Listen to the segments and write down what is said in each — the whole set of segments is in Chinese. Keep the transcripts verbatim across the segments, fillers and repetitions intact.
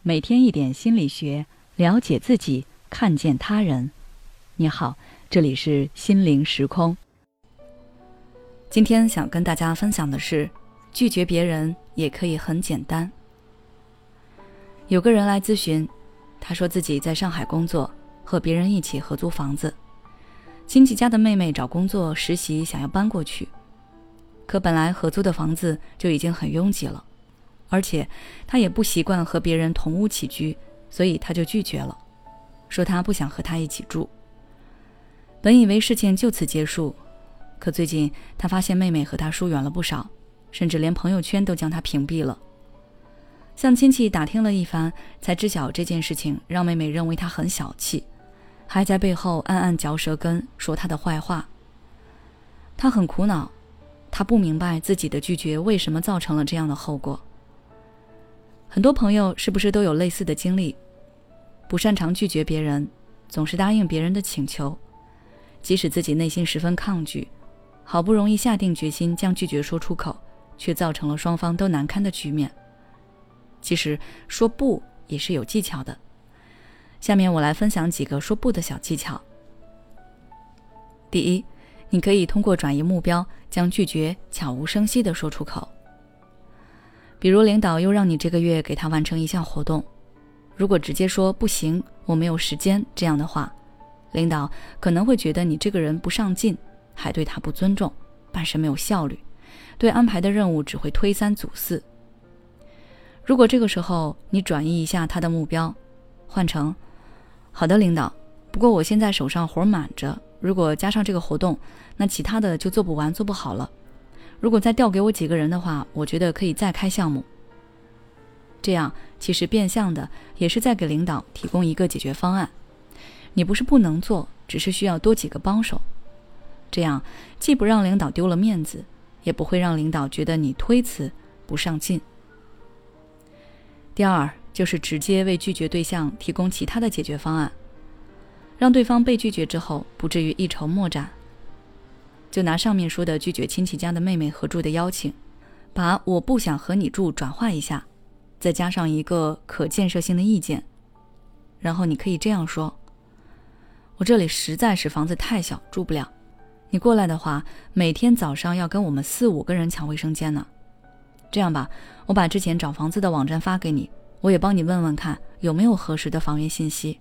每天一点心理学，了解自己，看见他人。你好，这里是心灵时空。今天想跟大家分享的是，拒绝别人也可以很简单。有个人来咨询，他说自己在上海工作，和别人一起合租房子。亲戚家的妹妹找工作实习，想要搬过去，可本来合租的房子就已经很拥挤了，而且他也不习惯和别人同屋起居，所以他就拒绝了，说他不想和他一起住。本以为事情就此结束，可最近他发现妹妹和他疏远了不少，甚至连朋友圈都将他屏蔽了。向亲戚打听了一番，才知晓这件事情让妹妹认为他很小气，还在背后暗暗嚼舌根，说他的坏话。他很苦恼，他不明白自己的拒绝为什么造成了这样的后果。很多朋友是不是都有类似的经历？不擅长拒绝别人，总是答应别人的请求，即使自己内心十分抗拒，好不容易下定决心将拒绝说出口，却造成了双方都难堪的局面。其实说不也是有技巧的，下面我来分享几个说不的小技巧。第一，你可以通过转移目标，将拒绝悄无声息地说出口。比如领导又让你这个月给他完成一项活动，如果直接说不行，我没有时间这样的话，领导可能会觉得你这个人不上进，还对他不尊重，办事没有效率，对安排的任务只会推三阻四。如果这个时候你转移一下他的目标，换成好的领导，不过我现在手上活满着，如果加上这个活动，那其他的就做不完做不好了，如果再调给我几个人的话，我觉得可以再开项目。这样其实变相的也是在给领导提供一个解决方案，你不是不能做，只是需要多几个帮手。这样既不让领导丢了面子，也不会让领导觉得你推辞不上进。第二，就是直接为拒绝对象提供其他的解决方案，让对方被拒绝之后不至于一筹莫展。就拿上面说的拒绝亲戚家的妹妹合住的邀请，把我不想和你住转化一下，再加上一个可建设性的意见，然后你可以这样说：我这里实在是房子太小，住不了，你过来的话，每天早上要跟我们四五个人抢卫生间呢。这样吧，我把之前找房子的网站发给你，我也帮你问问看有没有合适的房源信息。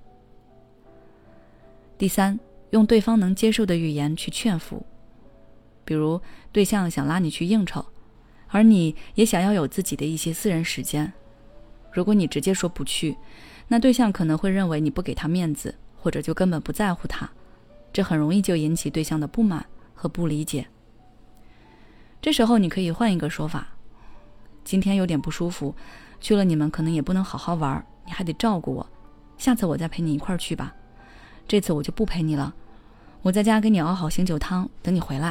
第三，用对方能接受的语言去劝服。比如对象想拉你去应酬，而你也想要有自己的一些私人时间，如果你直接说不去，那对象可能会认为你不给他面子，或者就根本不在乎他，这很容易就引起对象的不满和不理解。这时候你可以换一个说法：今天有点不舒服，去了你们可能也不能好好玩，你还得照顾我，下次我再陪你一块儿去吧，这次我就不陪你了，我在家给你熬好醒酒汤，等你回来。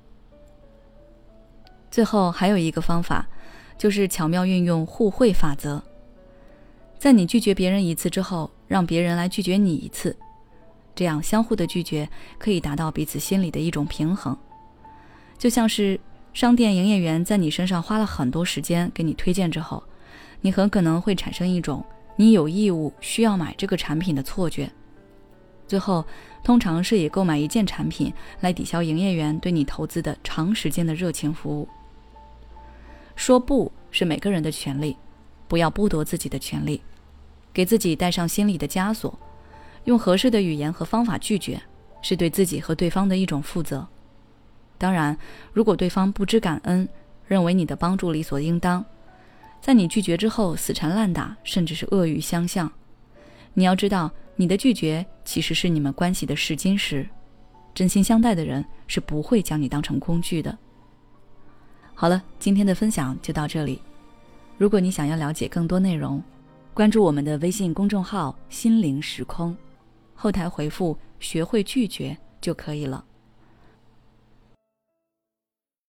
最后还有一个方法，就是巧妙运用互惠法则。在你拒绝别人一次之后，让别人来拒绝你一次，这样相互的拒绝可以达到彼此心里的一种平衡。就像是商店营业员在你身上花了很多时间给你推荐之后，你很可能会产生一种你有义务需要买这个产品的错觉，最后通常是以购买一件产品来抵消营业员对你投资的长时间的热情服务。说不是每个人的权利，不要剥夺自己的权利，给自己带上心理的枷锁，用合适的语言和方法拒绝，是对自己和对方的一种负责。当然，如果对方不知感恩，认为你的帮助理所应当，在你拒绝之后死缠烂打，甚至是恶语相向，你要知道，你的拒绝其实是你们关系的试金石，真心相待的人是不会将你当成工具的。好了，今天的分享就到这里。如果你想要了解更多内容，关注我们的微信公众号心灵时空，后台回复学会拒绝就可以了。